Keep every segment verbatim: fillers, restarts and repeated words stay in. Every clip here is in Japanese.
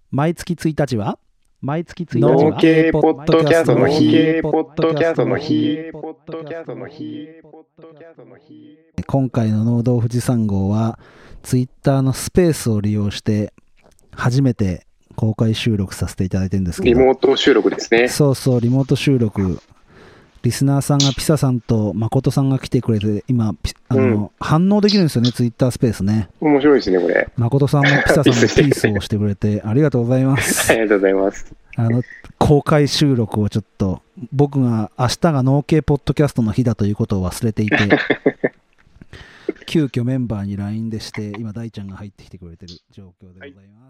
毎月ついたちは毎月ついたちは農系ポッドキャストの日、ポッドキャストの日、ポッドキャストの日、ポッドキャストの日。 今回の農道富士山号はツイッターのスペースを利用して初めて公開収録させていただいてるんですけど、 リモート収録ですね。 そうそう、リモート収録。リスナーさんがピサさんと誠さんが来てくれて、今あの、うん、反応できるんですよね、ツイッタースペースね。 面白いですね、これ。 誠さんもピサさんもピースをしてくれてありがとうございます。 ありがとうございます。 あの公開収録をちょっと、僕が明日が農系ポッドキャストの日だということを忘れていて急遽メンバーに ライン でして、今大ちゃんが入ってきてくれてる状況でございます。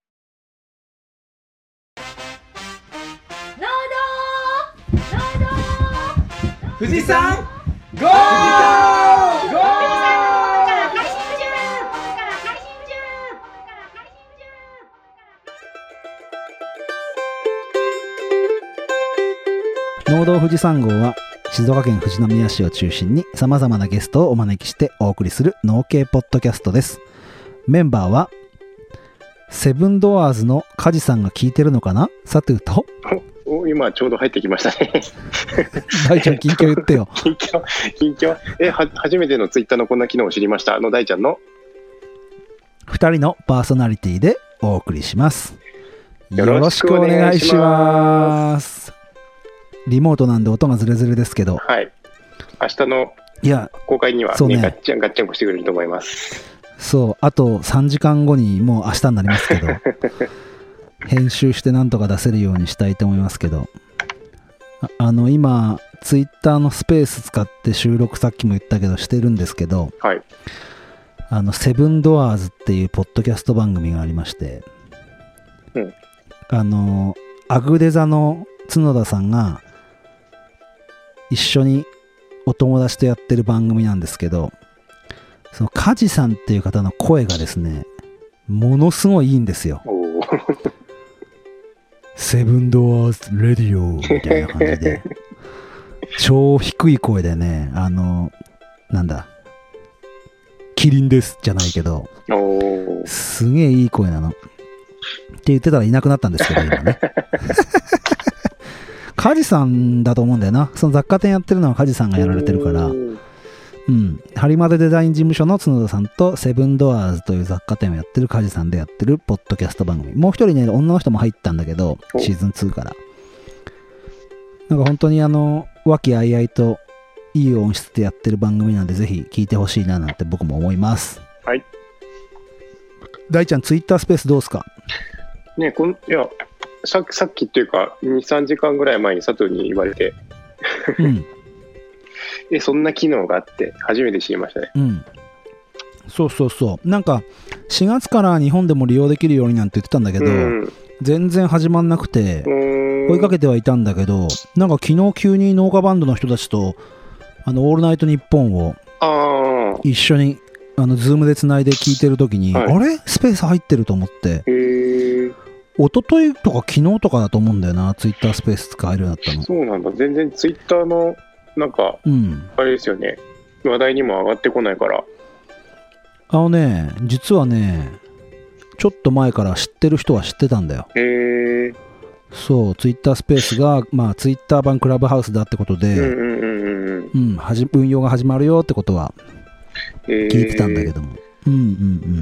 農道農道富士山ゴーゴーから開始中から開始中から開始中農道富士山号は静岡県富士宮市を中心にさまざまなゲストをお招きしてお送りする農系ポッドキャストです。メンバーはセブンドアーズの梶さんが聞いてるのかな、サトゥとお今ちょうど入ってきましたね大ちゃん近況言ってよ。 近況近況えは初めてのツイッターのこんな機能を知りましたの大ちゃんのふたりのパーソナリティでお送りします。よろしくお願いします。リモートなんで音がズレズレですけど、 はい、明日の公開には、ねね、ガッチャンガッチャンコしてくれると思います。 そう、あとさんじかんごにもう明日になりますけど編集してなんとか出せるようにしたいと思いますけど、 あ, あの今ツイッターのスペース使って収録、さっきも言ったけどしてるんですけど、 はい、 あのセブンドアーズっていうポッドキャスト番組がありまして、 うん、 あのアグデザの角田さんが一緒にお友達とやってる番組なんですけど、その梶さんっていう方の声がですね、ものすごいいいんですよ。セブンドアーズレディオみたいな感じで超低い声でね、あのなんだキリンですじゃないけど、すげえいい声なのって言ってたらいなくなったんですけど今ね梶さんだと思うんだよな。その雑貨店やってるのは梶さんがやられてるから、うん、ハリマデデザイン事務所の角田さんとセブンドアーズという雑貨店をやってる梶さんでやってるポッドキャスト番組、もう一人ね女の人も入ったんだけど、シーズンツーからなんか本当にあの和気あいあいといい音質でやってる番組なんで、ぜひ聞いてほしいななんて僕も思います。 はい。 大ちゃんツイッタースペースどうすかね。こんいやさ, さっきっていうか に,さん 時間ぐらい前に佐藤に言われてうんえそんな機能があって初めて知りましたね。 うん、そうそうそう、なんかしがつから日本でも利用できるようになんて言ってたんだけど、うん、全然始まんなくて追いかけてはいたんだけど、なんか昨日急に農家バンドの人たちとあのオールナイトニッポンを一緒にあのズームでつないで聞いてる時に、はい、あれスペース入ってると思って、 へー、 一昨日とか昨日とかだと思うんだよな、ツイッタースペース使えるようになったの。 そうなんだ。全然ツイッターのなんか、うん、あれですよね、話題にも上がってこないから。 あのね、実はねちょっと前から知ってる人は知ってたんだよ。 へー。 そう、ツイッタースペースが、まあ、ツイッター版クラブハウスだってことで、うんうんうんうん、はじ運用が始まるよってことは聞いてたんだけども、うんうんうん、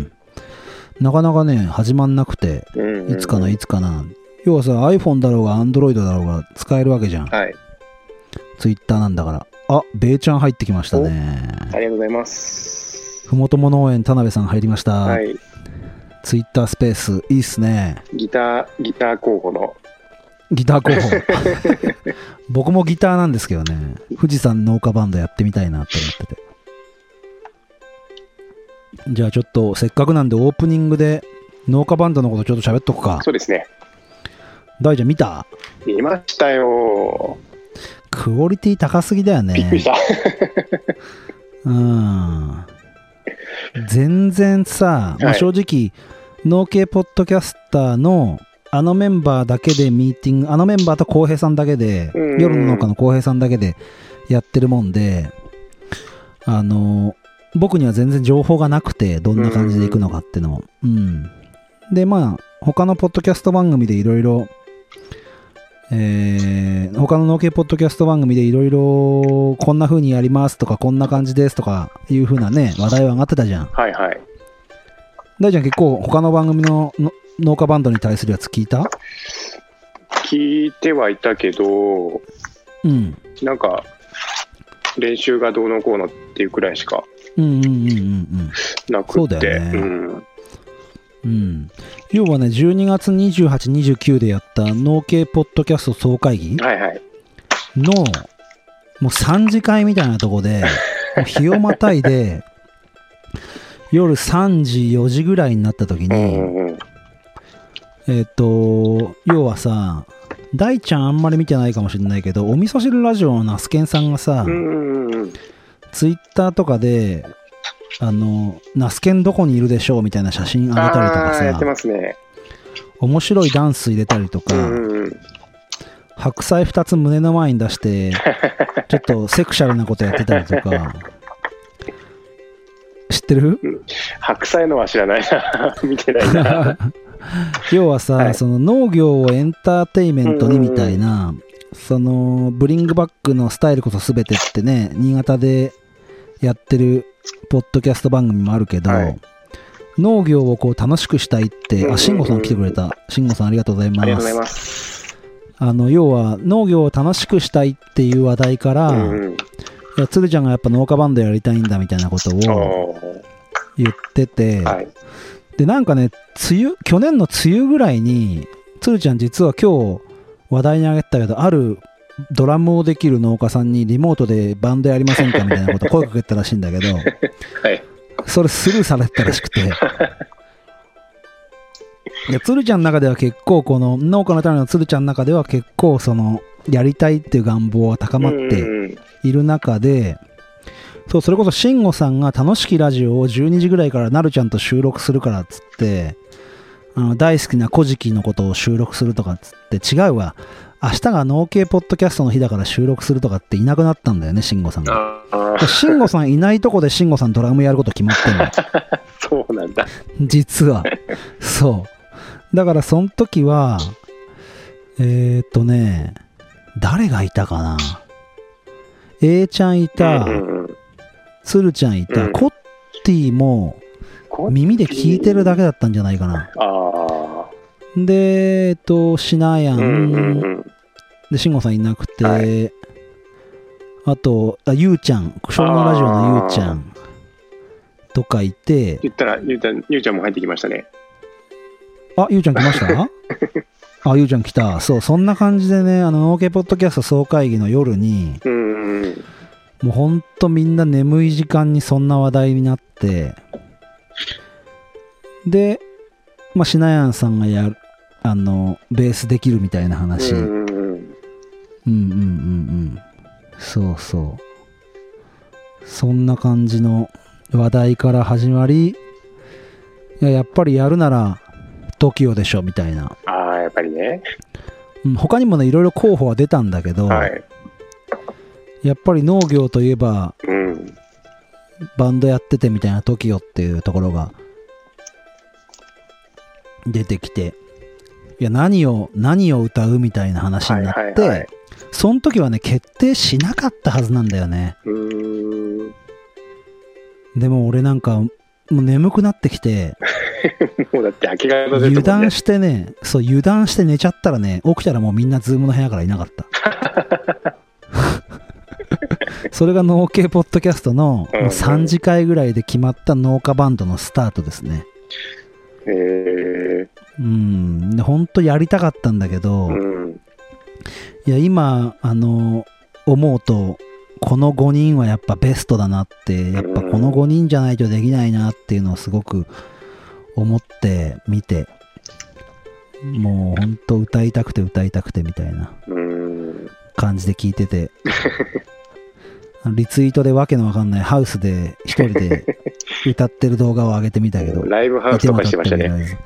なかなかね始まんなくて、うんうんうん、いつかないつかな。要はさ iPhone だろうが Android だろうが使えるわけじゃん、 はい、 ツイッターなんだから。あ、ベイちゃん入ってきましたね。 ありがとうございます。 ふもとも農園田辺さん入りました、 はい、 ツイッタースペースいいっすね。 ギターギター候補のギター候補僕もギターなんですけどね、富士山農家バンドやってみたいなって思ってて。じゃあちょっとせっかくなんでオープニングで農家バンドのことちょっと喋っとくか。 そうですね。 大ちゃん見た？ 見ましたよ。 クオリティ高すぎだよね。 びっくりしたうん全然さ、まあ、正直、はい、農系ポッドキャスターのあのメンバーだけでミーティング、あのメンバーと浩平さんだけで、夜の農家の浩平さんだけでやってるもんで、あの僕には全然情報がなくて、どんな感じでいくのかっていうのを、うん、でまあ他のポッドキャスト番組でいろいろ、えー、他の農系ポッドキャスト番組でいろいろこんな風にやりますとかこんな感じですとかいう風なね話題は上がってたじゃん。 はいはい。 大ちゃん結構他の番組のの農家バンドに対するやつ聞いた？ 聞いてはいたけど、 うん。 なんか練習がどうのこうのっていうくらいしかうんうんうんうんうんなくって。 そうだよね。 うんうん、要はねじゅうにがつにじゅうはち、にじゅうくでやった農系ポッドキャスト総会議はいはい。 のもうさんじ会みたいなとこでもう日をまたいで夜さんじよじぐらいになった時に、 うんうんうん、 えっと要はさ大ちゃんあんまり見てないかもしれないけどお味噌汁ラジオのナスケンさんがさ、 うんうんうん、 ツイッターとかであのナスケンどこにいるでしょうみたいな写真あげたりとかさ、 やってますね、 面白いダンス入れたりとか、 うんうん、 白菜ふたつ胸の前に出してちょっとセクシャルなことやってたりとか知ってる？ 白菜のは知らないな見てないな要はさ、はい、その農業をエンターテイメントにみたいな、うんうん、そのブリングバックのスタイルこそ全てってね新潟でやってるポッドキャスト番組もあるけど、はい、農業をこう楽しくしたいって、うんうんうん、あ、慎吾さん来てくれた。慎吾さんありがとうございます。 ありがとうございます。 あの要は農業を楽しくしたいっていう話題から、うんうん、いや鶴ちゃんがやっぱ農家バンドやりたいんだみたいなことを言ってて、はい、でなんかね梅雨去年の梅雨ぐらいに鶴ちゃん実は今日話題にあげてたけどあるドラムをできる農家さんにリモートでバンドやりませんかみたいなこと声かけたらしいんだけど、はい、それスルーされてたらしくてで鶴ちゃんの中では結構この農家のための鶴ちゃんの中では結構そのやりたいっていう願望が高まっている中で、そうそれこそ慎吾さんが楽しきラジオをじゅうにじぐらいからなるちゃんと収録するからっつってあの大好きな古事記のことを収録するとかっつって違うわ明日が農系ポッドキャストの日だから収録するとかっていなくなったんだよね慎吾さんが。慎吾さんいないとこで慎吾さんドラムやること決まってんのそうなんだ実はそうだからその時はえーっとね誰がいたかな A ちゃんいた、うんうん、鶴ちゃんいた、うん、コッティも耳で聞いてるだけだったんじゃないかな。あでえっとシナヤン、うんうんうん、で慎吾さんいなくて、はい、あとあゆうちゃん湘南ラジオのゆうちゃんとかいて言ったらゆうちゃん、ゆうちゃんも入ってきましたね。 あゆうちゃん来ましたあゆうちゃん来た。そうそんな感じでねあの農系ポッドキャスト総会議の夜に、うんうん、もうほんとみんな眠い時間にそんな話題になってでまあシナヤンさんがやるあのベースできるみたいな話、うんうんうんうんうんうんそうそうそんな感じの話題から始まりいや、やっぱりやるなら トキオ でしょみたいな。 ああやっぱりね、 うん、他にもねいろいろ候補は出たんだけど、はい、やっぱり農業といえば、うん、バンドやっててみたいな トキオ っていうところが出てきていや何を何を歌うみたいな話になって、はいはいはい、その時はね決定しなかったはずなんだよね。うーんでも俺なんかもう眠くなってきてもうだって明け方ですもんね。 油断してねそう油断して寝ちゃったらね起きたらもうみんなズームの部屋からいなかったそれが農系ポッドキャストのさんじ会ぐらいで決まった農家バンドのスタートですね。へえうんほんとやりたかったんだけど、うん、いや今あの思うとこのごにんはやっぱベストだなってやっぱこのごにんじゃないとできないなっていうのをすごく思って見てもうほんと歌いたくて歌いたくてみたいな感じで聞いててリツイートでわけのわかんないハウスで一人で歌ってる動画を上げてみたけどライブハウスとかしてましたね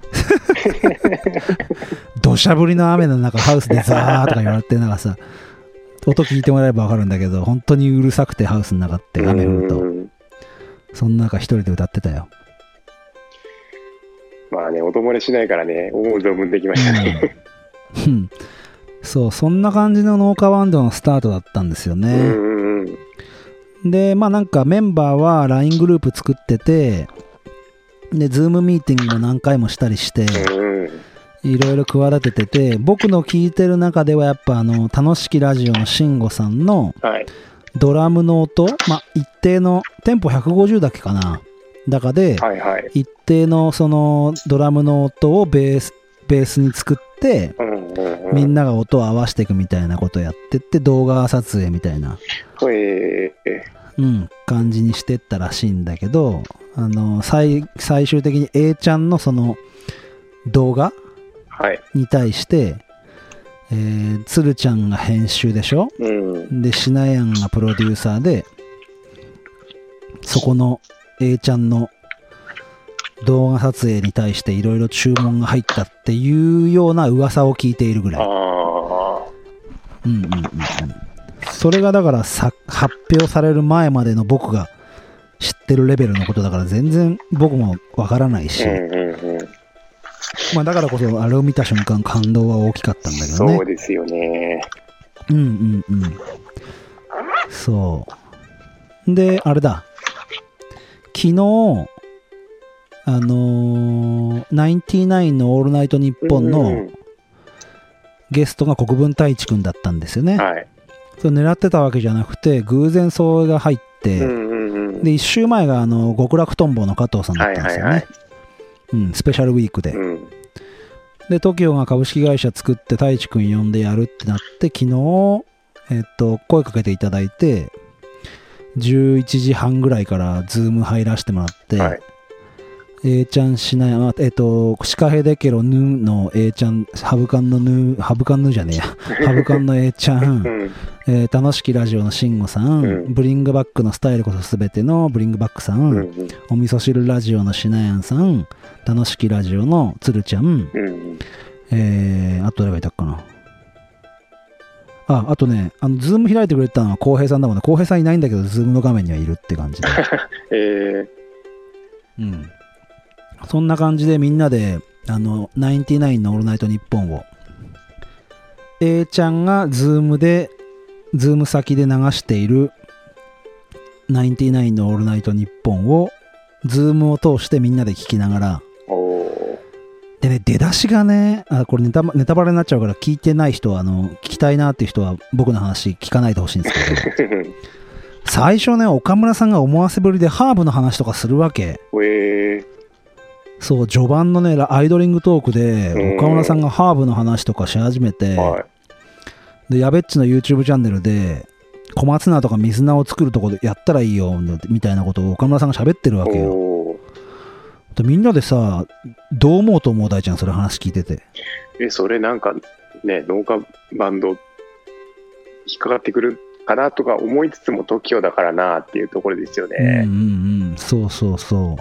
土砂降りの雨の中ハウスでザーとか言われてなんかさ音聞いてもらえばわかるんだけど本当にうるさくてハウスの中って雨降るとその中一人で歌ってたよ。 まあね、音漏れしないからね、思う存分できましたね。 うん。そう、そんな感じの農家バンドのスタートだったんですよね。 うんうんうん。 で、まあなんかメンバーは ライン グループ作ってて、で、ズームミーティングを何回もしたりして、 うんうん、 いろいろ企ててて、僕の聞いてる中ではやっぱあの、楽しきラジオの慎吾さんのドラムの音、まあ一定の、テンポひゃくごじゅうだけかな。だかで、 はいはい、 一定のそのドラムの音をベース、ベースに作って、 うんうんうん、 みんなが音を合わせていくみたいなことをやってって、動画撮影みたいな、 えーうん、感じにしてったらしいんだけど、あの 最, 最終的に A ちゃんのその動画に対して、えー、つるちゃんが編集でしょ、うん、でしなやんがプロデューサーで、そこの A ちゃんの動画撮影に対していろいろ注文が入ったっていうような噂を聞いているぐらい。うんうんうんうん。それがだからさ発表される前までの僕が知ってるレベルのことだから全然僕もわからないし、うんうんうん、まあだからこそあれを見た瞬間感動は大きかったんだけどね。 そうですよね。 うんうんうん。そう。で、あれだ。昨日あのー、ナインティナインのオールナイトニッポンのゲストが国分太一くんだったんですよね。はい、それ狙ってたわけじゃなくて偶然それが入って、うんうんうん、でいっ週前があの極楽とんぼの加藤さんだったんですよね、はいはいはい、うん、スペシャルウィークで、うん、で トキオ が株式会社作って太一くん呼んでやるってなって昨日、えっと、声かけていただいてじゅういちじはんぐらいからズーム入らせてもらって、はい、A ちゃんしない、えっと、シカヘデケロヌの A ちゃん、ハブカンのヌ、ハブカンヌじゃねえや、ハブカンの A ちゃん、うんえー、楽しきラジオの慎吾さん、うん、ブリングバックのスタイルこそすべてのブリングバックさん、うんうん、お味噌汁ラジオのしなやんさん、楽しきラジオのつるちゃん、うんうん、えー、あと誰がいたかな。あ、あとね、あの、ズーム開いてくれたのは浩平さんだもんね。浩平さんいないんだけど、ズームの画面にはいるって感じで。えー、うん。そんな感じでみんなで、あの、ナインティナインのオールナイトニッポンを、A ちゃんがズームで、ズーム先で流している、ナインティナインのオールナイトニッポンを、ズームを通してみんなで聞きながら、でね、出だしがね、あ、これネタ、ネタバレになっちゃうから聞いてない人は、あの、聞きたいなっていう人は僕の話聞かないでほしいんですけど、最初ね、岡村さんが思わせぶりでハーブの話とかするわけ。えー、そう、序盤のね、アイドリングトークで、岡村さんがハーブの話とかし始めて、はい、で、やべっちの YouTube チャンネルで、小松菜とか水菜を作るとこでやったらいいよ、みたいなことを岡村さんが喋ってるわけよ。でみんなでさ、どう思うと思う大ちゃん、それ話聞いてて。 え、それなんかね、農家バンド引っかかってくるかなとか思いつつも トキオ だからなっていうところですよね。うんうんうん、そうそうそう。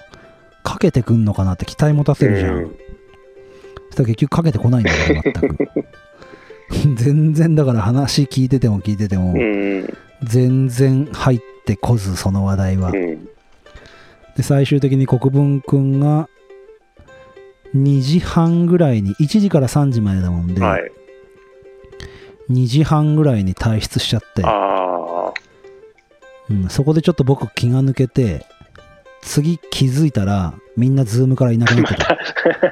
かけてくんのかなって期待持たせるじゃん。うん、そしたら結局かけてこないんだけど、全く。全然だから話聞いてても聞いてても、うん、全然入ってこず、その話題は。うんで最終的に国分くんがにじはんぐらいにいちじからさんじまでだもんで、はい、にじはんぐらいに退出しちゃって、あ、うん、そこでちょっと僕気が抜けて次気づいたらみんなズームからいなくなってた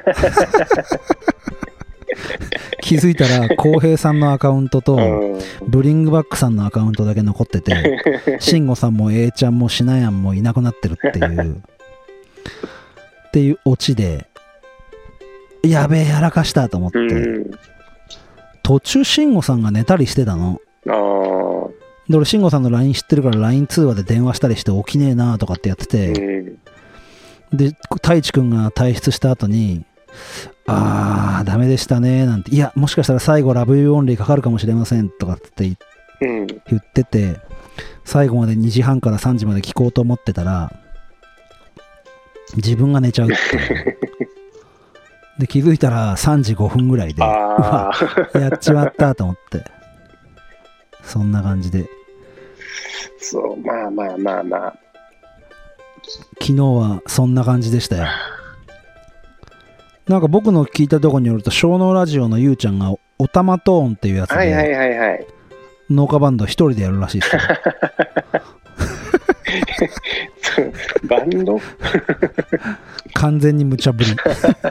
気づいたら浩平さんのアカウントとブリングバックさんのアカウントだけ残ってて慎吾さんも A ちゃんもしなやんもいなくなってるっていうっていうオチでやべえやらかしたと思って途中慎吾さんが寝たりしてたの。で俺慎吾さんの ライン 知ってるから ライン 通話で電話したりして起きねえなとかってやっててで太一くんが退出した後にあーダメでしたねなんていやもしかしたら最後ラブユーオンリーかかるかもしれませんとかって言ってて最後までにじはんからさんじまで聞こうと思ってたら自分が寝ちゃうってで気づいたらさんじごふんぐらいでうわやっちまったと思ってそんな感じでそうまあまあまあまあ昨日はそんな感じでしたよ。 なんか僕の聞いたところによると小脳ラジオのゆうちゃんがおたまトーンっていうやつはいはいではいはい。 農家バンド一人でやるらしいですよ。 そうバンド完全に無茶ぶり。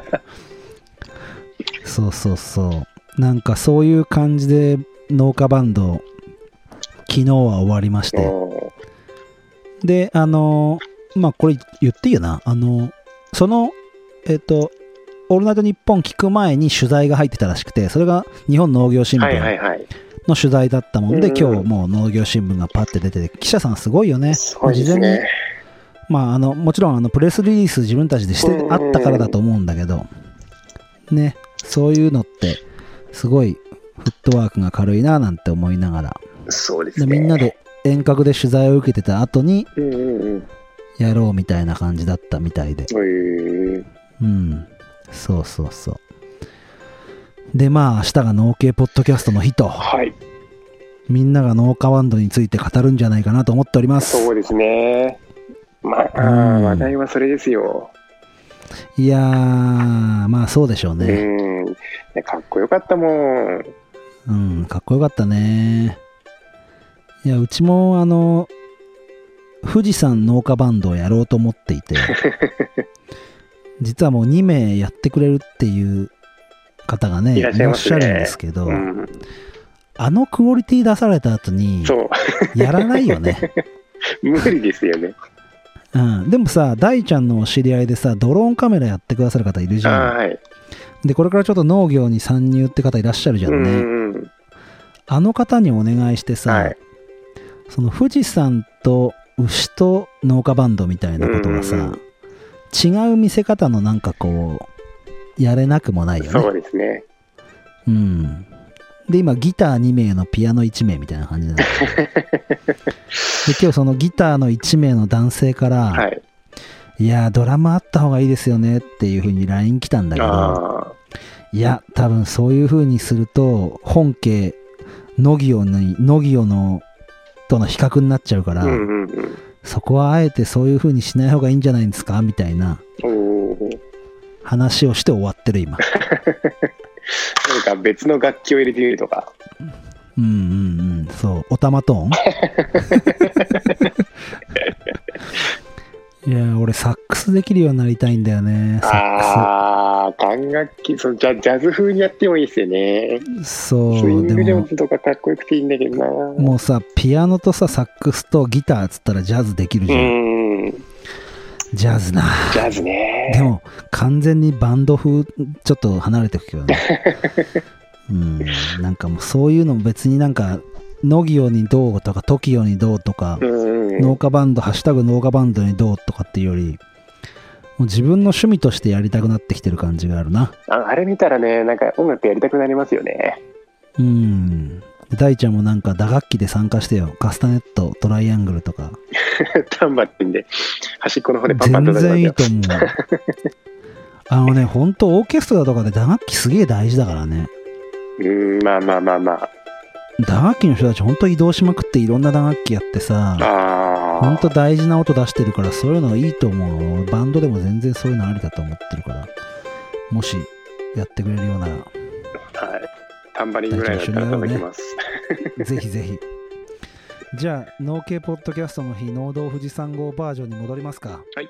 そうそうそう。なんかそういう感じで農家バンド昨日は終わりまして、 おであのまあこれ言っていいよな、あのそのえっとオールナイトニッポン聞く前に取材が入ってたらしくて、それが日本農業新ーはいは聞いはい。 の取材だったもんで、 うん今日もう農業新聞がパッて出てて、記者さんすごいよね。 すごいです事前にね。 まああのもちろんあのプレスリリース自分たちでしてあったからだと思うんだけどね、そういうのってすごいフットワークが軽いななんて思いながら、 そうですね。 でみんなで遠隔で取材を受けてた後にうんうんうん。 やろうみたいな感じだったみたいで、 へーうんそうそうそう。でまあ明日が農系ポッドキャストの日と、 はい。 みんなが農家バンドについて語るんじゃないかなと思っております。 そうですね。まあ、 うん話題はそれですよ。 いやーまあそうでしょううね。 ん。ねかっこよかったもん。 うんかっこよかったね。いやうちもあの富士山農家バンドをやろうと思っていて実はもうに名やってくれるっていう方がねいらっしゃいますねらっしゃるんですけど、 うん。 あのクオリティ出された後にそう。 やらないよね。 無理ですよね。 うん、でもさ大ちゃんのお知り合いでさドローンカメラやってくださる方いるじゃん。 あーはい。 でこれからちょっと農業に参入って方いらっしゃるじゃんね。 うんうん。 あの方にお願いしてさ、 はい。 その富士山と牛と農家バンドみたいなことがさ、 うんうん違う見せ方のなんかこうやれなくもないよね。 そうですね。 うん。で今ギターに名のピアノいち名みたいな感じだね。で今日そのギターのいち名の男性から、 はい。 いやードラムあった方がいいですよねっていう風に ライン 来たんだけど、 あいや多分そういう風にすると本家ノギオにノギオのとの比較になっちゃうから、 あ。うんうんうん。 そこはあえてそういう風にしない方がいいんじゃないんですかみたいなおー話をして終わってる今。 何か別の楽器を入れてみるとか。 うんうんうんそうおたまトーンいや俺サックスできるようになりたいんだよね。サッああ、管楽器、そうジャジャズ風にやってもいいですよね。 クスそスインうでもグジョーズとかかっこよくていいんだけどな。 もうさピアノとさサックスとギターっつったらジャズできるうじゃん。 ーん、 ジャズな。 ジャズね。 でも完全にバンド風ちょっと離れてくけどねうんなんかもうそういうのも別になんかノギオにどうとかトキオにどうとか、 うん農家バンドハッシュタグ農家バンドにどうとかっていうよりもう自分の趣味としてやりたくなってきてる感じがあるな。 ああれ見たらね、なんか音楽やりたくなりますよね。 うん大ちゃんもなんか打楽器で参加してよ。カスタネットトライアングルとかタンバってんで端っこの方でパンパン全と然いいと思思うあのねほんとオーケストラとかで打楽器すげえ大事だからね。 う。うん、まあまあまあまあ。 打楽器の人たちほんと移動しまくっていろんな打楽器やってさあほんと大事な音出してるから、そういうのがいいと思う。バンドでも全然そういうのありだと思ってるから、もしやってくれるようならあ、はい。タンバリンぐらいだったら叩きます。 ぜひぜひ。じゃあ農系ポッドキャストの日農道富士山号バージョンに戻りますか。 はい。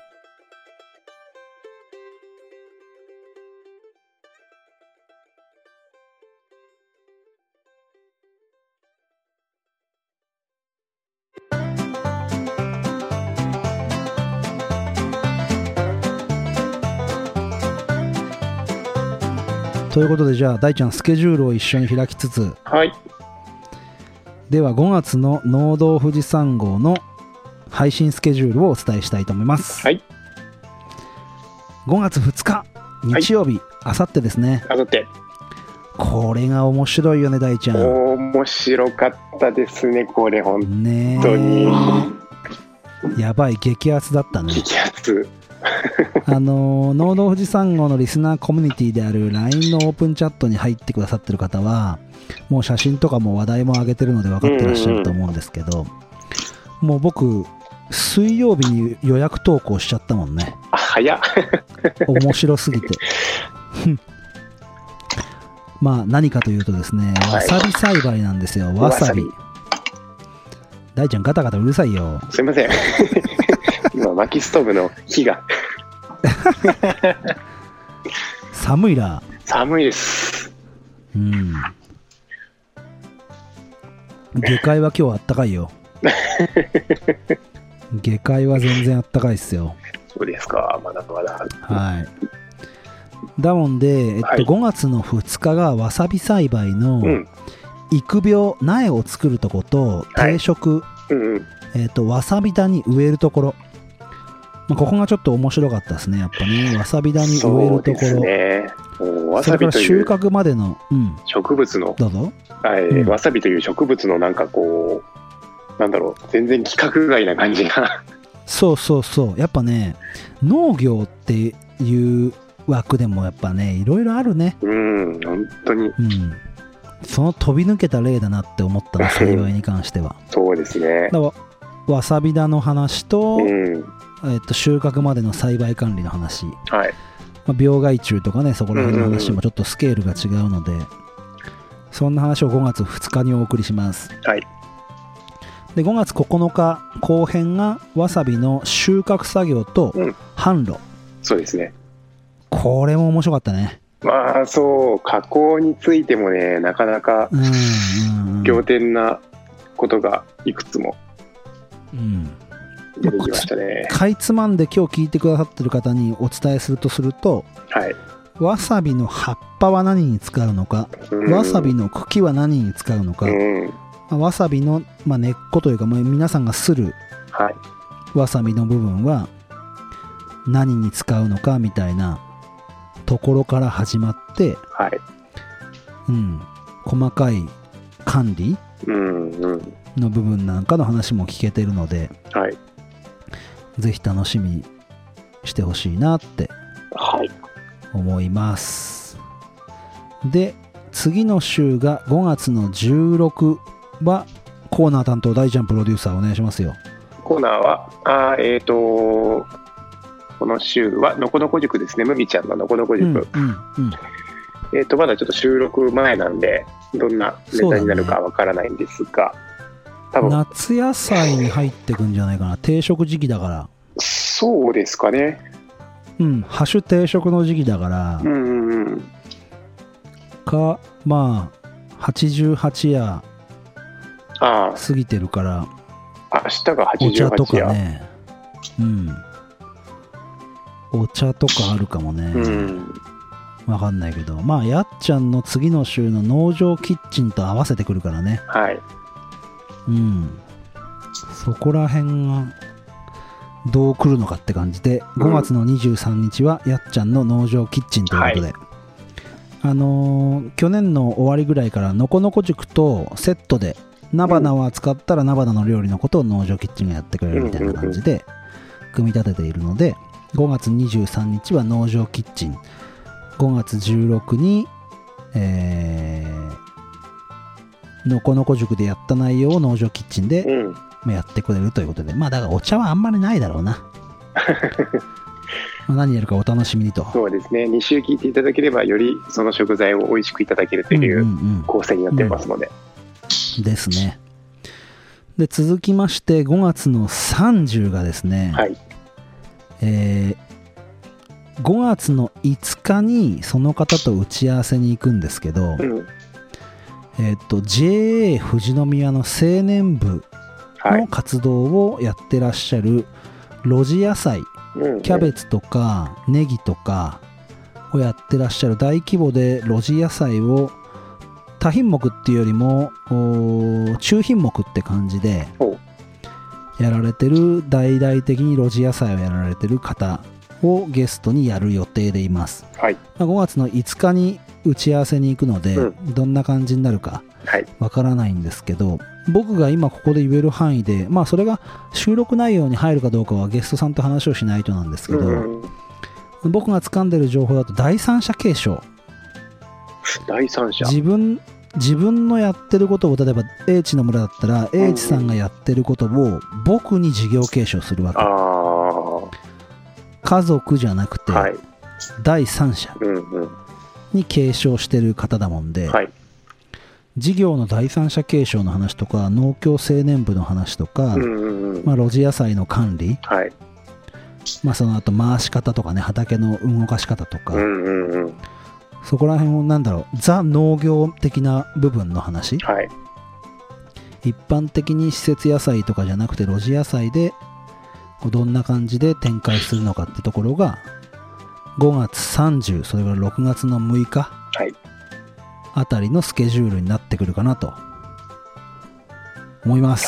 ということでじゃあ大ちゃんスケジュールを一緒に開きつつ、 はい。 ではごがつの農道富士山号の配信スケジュールをお伝えしたいと思います。 はい。 ごがつふつか日曜日、あさってですね。 あさって。 これが面白いよね大ちゃん。 面白かったですね、これ、ほんねとに。 えやばい激アツだったね。 激アツ。 あのー農道富士山号のリスナーコミュニティである ライン のオープンチャットに入ってくださってる方はもう写真とかも話題も上げてるので分かってらっしゃると思うんですけど、もう僕水曜日に予約投稿しちゃったもんね。 あ、 早っ。 面白すぎて。まあ何かというとですね、わさび栽培なんですよ。わさび。大ちゃんガタガタうるさいよ。 すいません。今薪ストーブの火が。 寒いな。 寒いです。 うん。下界は今日あったかいよ。下界は全然あったかいっすよ。 そうですか、まだまだ。 はい。だもんで、えっと、はい、ごがつのふつかがわさび栽培の育苗、苗を作るとこと定植、はいうんうんえっと、わさび田に植えるところ、まあ、ここがちょっと面白かったですね、やっぱね。わさび田に植えるところ、そ,、ね、わさびそれから収穫までの、うん、 植物のどうぞ、 はいうん、わさびという植物のなんかこうなんだろう全然規格外な感じがそうそうそう、やっぱね農業っていう枠でもやっぱねいろいろあるね。 うん本当に、うん、 その飛び抜けた例だなって思ったな栽培に関しては。 そうですね。 だからわさび田の話と、うんえっと、収穫までの栽培管理の話、 はいまあ、病害虫とかねそこら辺の話もちょっとスケールが違うので、うんうんうん、そんな話をごがつふつかにお送りします。 はいでごがつここのか後編がわさびの収穫作業と販路、うん、 そうですね。 これも面白かったね。 まあそう加工についてもねなかなか仰天なことがいくつも出てきましたね。 かいつまんで今日聞いてくださってる方にお伝えするとすると、 はい、 わさびの葉っぱは何に使うのか、わさびの茎は何に使うのか、まあ、わさびの、まあ、根っこというか、まあ、皆さんがするわさびの部分は何に使うのかみたいなところから始まって、 はいうん、細かい管理の部分なんかの話も聞けてるので、 はい、 ぜひ楽しみにしてほしいなって思います、はい、で次の週がごがつのじゅうろくはコーナー担当大ちゃんプロデューサーお願いしますよ。 コーナーはあえっ、ー、とこの週はのこのこ塾ですね。むみちゃんののこのこ塾、うんうんうんえー、とまだちょっと収録前なんでどんなネタになるかわからないんですが、ね、 多分夏野菜に入ってくんじゃないかな。定食時期だから。 そうですかね。 うんハッシュ定食の時期だから、 うんうんうん、 かまあはちじゅうはち夜過ぎてるから明日がはちじゅうはち夜お茶とかね、うんお茶とかあるかもね、うん、わかんないけどまあやっちゃんの次の週の農場キッチンと合わせてくるからね。 はいうんそこら辺がどう来るのかって感じで、ごがつのにじゅうさんにちはやっちゃんの農場キッチンということで、はい、あのー、去年の終わりぐらいからのこのこ塾とセットで菜花を扱ったら菜花の料理のことを農場キッチンがやってくれるみたいな感じで組み立てているので、ごがつにじゅうさんにちは農場キッチン、ごがつじゅうろくに、えー、のこのこ塾でやった内容を農場キッチンで、うんまあ、やってくれるということで、まあだからお茶はあんまりないだろうなまあ何やるかお楽しみにと。 そうですね、に週聞いていただければよりその食材を美味しくいただけるという構成になってますので、 うんうん、ですね。で続きましてごがつのさんじゅうがですね、 はいえー、ごがつのいつかにその方と打ち合わせに行くんですけど、 うんえー、と ジェーエー 富士宮の青年部の活動をやってらっしゃる露地野菜、 うんうん、 キャベツとかネギとかをやってらっしゃる大規模で露地野菜を多品目っていうよりも中品目って感じでやられてる、大々的に露地野菜をやられてる方をゲストにやる予定でいます、 はいまあ、ごがつのいつかに打ち合わせに行くので、うん、どんな感じになるかわからないんですけど、はい、僕が今ここで言える範囲で、まあそれが収録内容に入るかどうかはゲストさんと話をしないとなんですけど、うん、僕が掴んでる情報だと第三者継承、 第三者自分自分のやってることを、例えば A 地の村だったら A 地さんがやってることを僕に事業継承するわけ、 あ家族じゃなくて、 はい、 第三者うんうん、 に継承してる方だもんで、 はい、 事業の第三者継承の話とか農協青年部の話とか、 うんうんうん、 まあ、露地野菜の管理、 はい、 まあ、その後回し方とかね、畑の動かし方とか、 うんうんうん、 そこら辺をなんだろう、ザ農業的な部分の話、 はい、 一般的に施設野菜とかじゃなくて露地野菜でこうどんな感じで展開するのかってところがごがつさんじゅう、それからろくがつのむいかあたりのスケジュールになってくるかなと思います。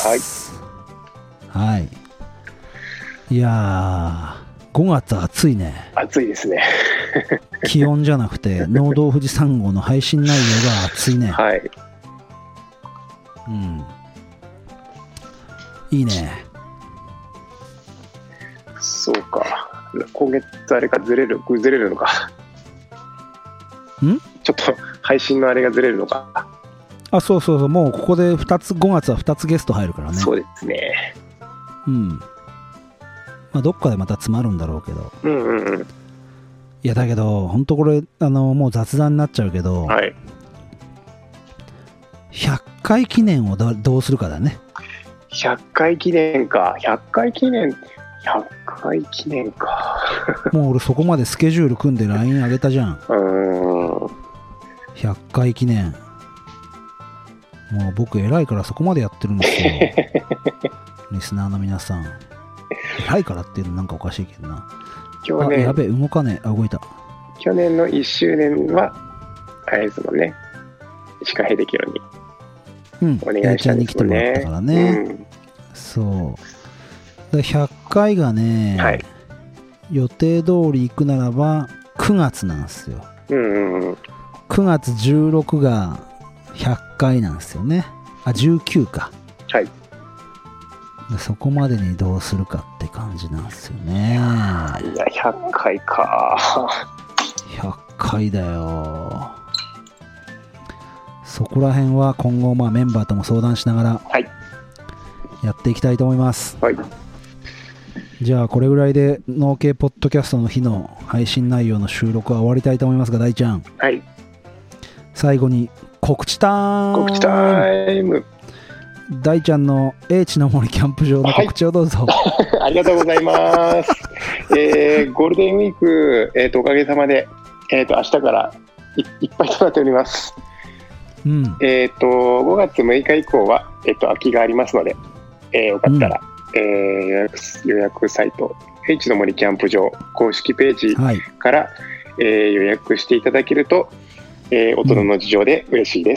はい、はい、いやーごがつ暑いね。 暑いですね気温じゃなくて農道富士山号の配信内容が暑いね。 はい、 うん、いいね。 そうか、今月あれかずれるずれるのかんちょっと配信のあれがずれるのか。 あ、そうそうそう、もうここでふたつ、ごがつはふたつゲスト入るからね。 そうですね。 うん、まあどっかでまた詰まるんだろうけど、 うんうんうん、 いやだけど本当これあのもう雑談になっちゃうけど、 はい、 ひゃっかい記念を ど, どうするかだね。 ひゃっかい記念か。ひゃっかい記念、ひゃっかい記念かもう俺そこまでスケジュール組んで ライン 上げたじゃん。 うーん、 ひゃっかい記念、もう僕偉いからそこまでやってるんですよリスナーの皆さん、偉いからっていうのなんかおかしいけどな。 去年、 あ、やべえ、動かねえ。あ、動いた。 去年のいっしゅうねんはあれですもんね、石川秀樹郎にうん、 お願いしたんですよね。 Aちゃんに来てもらったからね、うん、そうでひゃっかいがね、はい、予定通り行くならばくがつなんですよ、うんうんうん、くがつじゅうろくがひゃっかいなんですよね。あ、じゅうきゅうか、はい、でそこまでにどうするかって感じなんですよね。 いやひゃっかいかひゃっかいだよ。そこら辺は今後まあメンバーとも相談しながらやっていきたいと思います、はい、じゃあこれぐらいで農系ポッドキャストの日の配信内容の収録は終わりたいと思いますが、大ちゃん、はい、最後に告知タイム告知タイム大ちゃんの英知の森キャンプ場の告知をどうぞ、 はい、ありがとうございます、えー、ゴールデンウィーク、えー、とおかげさまで、えー、と明日から い, いっぱいとなっております。うん、えー、とごがつむいか以降は、えー、と空きがありますので、えー、よかったら、うんえー、予, 約予約サイト英知の森キャンプ場公式ページから、はいえー、予約していただけると、えー、大人の事情で嬉しいです、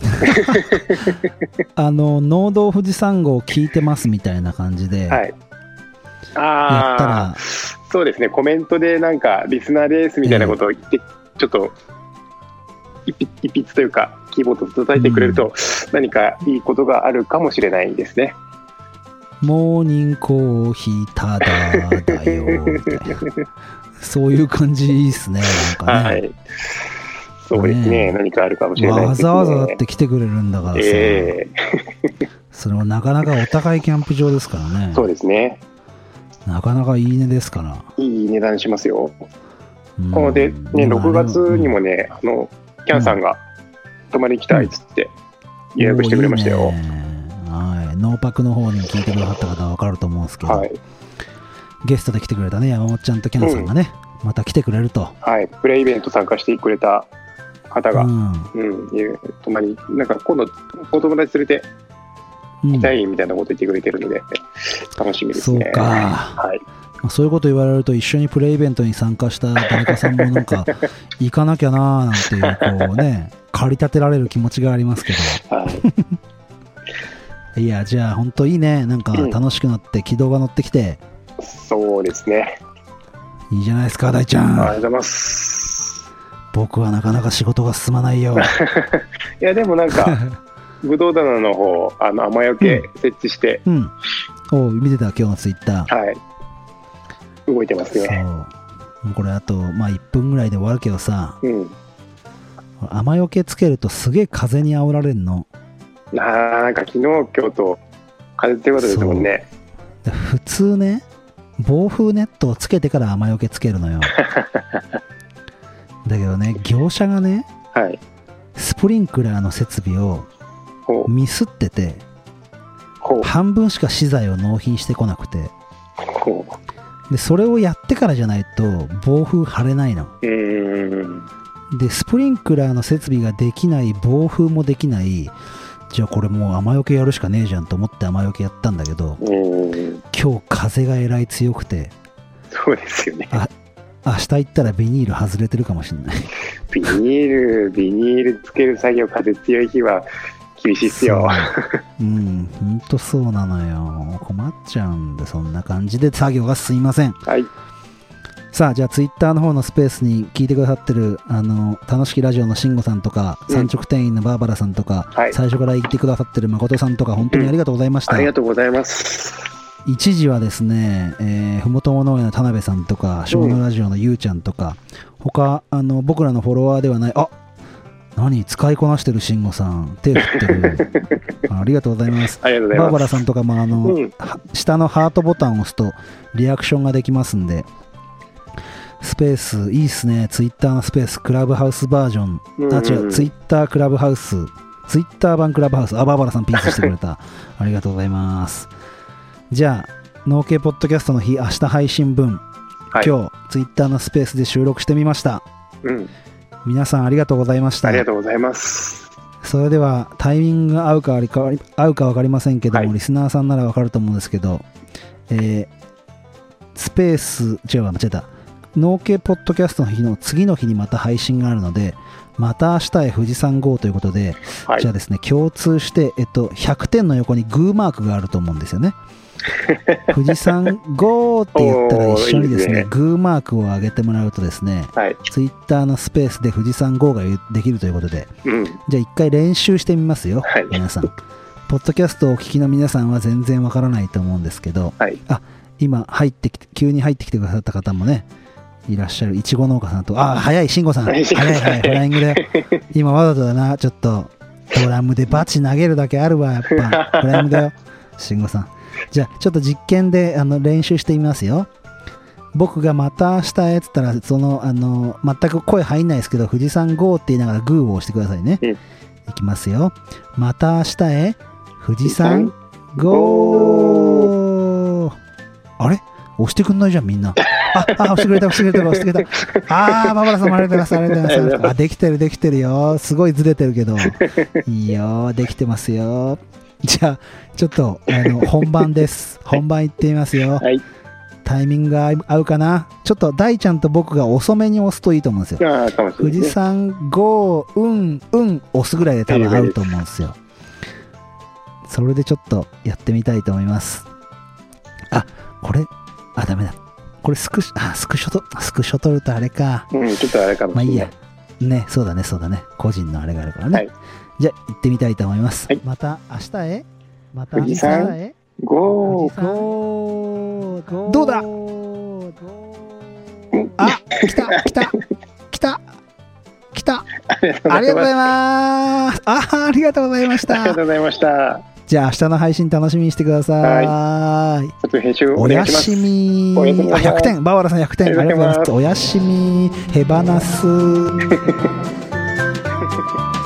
うん、あの農道富士山号聞いてますみたいな感じで、はい、 あやったらそうですね、コメントでなんかリスナーですみたいなことを言って、えー、ちょっと一筆というかキーボードを叩いてくれると何かいいことがあるかもしれないですね、 うん、モーニングコーヒータダだよみたいなそういう感じいいですね、なんかね、はい、 そうですね、何かあるかもしれないですね。 わざわざだって来てくれるんだからさ、えー、それはなかなかお高いキャンプ場ですからね。 そうですね、 なかなかいい値ですから。 いい値段しますよ、うん、でね、ろくがつにもね、あのキャンさんが泊まり行きたいっつって予約してくれましたよ、うんいいね、 はい、ノーパクの方に聞いてくださった方は分かると思うんですけど、はい、ゲストで来てくれたね山本ちゃんとキャンさんがね、うん、また来てくれると、 はい、プレイイベント参加してくれた方が、うんうん、泊まりなんか今度お友達連れて行きたいみたいなこと言ってくれてるので、うん、楽しみですね。 そうか、はい、そういうこと言われると一緒にプレイイベントに参加した誰かさんもなんか行かなきゃなーなんていうこうね駆り立てられる気持ちがありますけど、はい、いやじゃあ本当いいね、なんか楽しくなって軌道が乗ってきて、 うん、そうですね、 いいじゃないですか大ちゃん。 ありがとうございます。 僕はなかなか仕事が進まないよいやでもなんかぶどう棚の方あの雨よけ設置して、うんうん、お見てた今日のツイッター、 はい動いてますね。 そうこれあと、まあ、いっぷんぐらいで終わるけどさ、うん、雨よけつけるとすげえ風に煽られるの。 あなんか昨日今日と風っていうことですもんね。 普通ね暴風ネットをつけてから雨よけつけるのよ。だけどね、業者がね、 はい。 スプリンクラーの設備をほう。 ミスってて、 ほう。 半分しか資材を納品してこなくて、 ほでそれをやってからじゃないと暴風張れないの。 う。うーん。 でスプリンクラーの設備ができない、暴風もできない、じゃあこれもう雨よけやるしかねえじゃんと思って雨よけやったんだけど、 うーん。 今日風がえらい強くて、 そうですよね。 あ明日行ったらビニール外れてるかもしれない。 ビニール、ビニールつける作業、風強い日は厳しいっすよ。 そう、うんほんとそうなのよ。困っちゃうんで、そんな感じで作業が進みません。 はい。 さあ、じゃあツイッターの方のスペースに聞いてくださってるあの楽しきラジオの慎吾さんとか、 うん産直店員のバーバラさんとか、 はい最初から言ってくださってる誠さんとか、本当にありがとうございました。 ありがとうございます。 一時はですね、えー、ふもとも農園の田辺さんとか、小野ラジオのゆうちゃんとか、他あの僕らのフォロワーではない、あ何使いこなしてる慎吾さん、手振ってる。ありがとうございます。 ありがとうございます。 バーバラさんとかもあの、 うんは下のハートボタンを押すとリアクションができますんで、スペースいいっすね。ツイッターのスペースクラブハウスバージョン、 うんあ違うツイッタークラブハウス、ツイッター版クラブハウス、あバーバラさんピースしてくれた。ありがとうございます。じゃあ農系ポッドキャストの日、明日配信分、 はい、 今日ツイッターのスペースで収録してみました。 うん、 皆さんありがとうございました。 ありがとうございます。 それではタイミングが合うか合うか分かりませんけども、 はい、 リスナーさんなら分かると思うんですけど、えー、スペース違うわ間違えた農系ポッドキャストの日の次の日にまた配信があるので、また明日へ富士山号ということで、はい、じゃあですね、共通して、えっと、ひゃくてんの横にグーマークがあると思うんですよね。富士山号って言ったら一緒にですね、いいですね、グーマークを上げてもらうとですね、はい、ツイッターのスペースで富士山号ができるということで、うん、じゃあ一回練習してみますよ、はい、皆さん。ポッドキャストをお聞きの皆さんは全然わからないと思うんですけど、はい、あ今入ってきて急に入ってきてくださった方もねいらっしゃる。いちご農家さんと、あ早い慎吾さん、早い早いフライングで今わざとだな、ちょっとドラムでバチ投げるだけあるわ、やっぱフライングだよ慎吾さん。じゃあちょっと実験であの練習してみますよ。僕がまた明日へっつったら、そのあの全く声入んないですけど、富士山ゴーって言いながらグーを押してくださいね、うん、いきますよ。また明日へ富士山ゴー。あれ押してくんないじゃんみんな。ああ押してくれた押してくれた押してくれた。ああババラさんもありがとうございますありがとうございます。あできてるできてるよ。すごいずれてるけどいいよ、できてますよ。じゃあちょっとあの本番です。本番いってみますよ、はい、タイミングが合うかな。ちょっと大ちゃんと僕が遅めに押すといいと思うんですよ。 あかもしれないね、 富士山ゴーうんうん押すぐらいで多分合うと思うんですよ。それでちょっとやってみたいと思います。あこれあダメだ、これスクショあスクショとスクショ撮るとあれか、 うんちょっとあれかもしれない。まあいいやね、そうだねそうだね、個人のあれがあるからね、はい、じゃあ行ってみたいと思います、はい、また明日へまた明日へゴーゴーどうだあ来た来た来た来たありがとうございますあありがとうございましたありがとうございました。 じゃあ明日の配信楽しみにしてください。はい。 ちょっと編集おやすみ。あひゃくてん、バーバラさんひゃくてん、ありがとうございます。おやすみ、へばなす。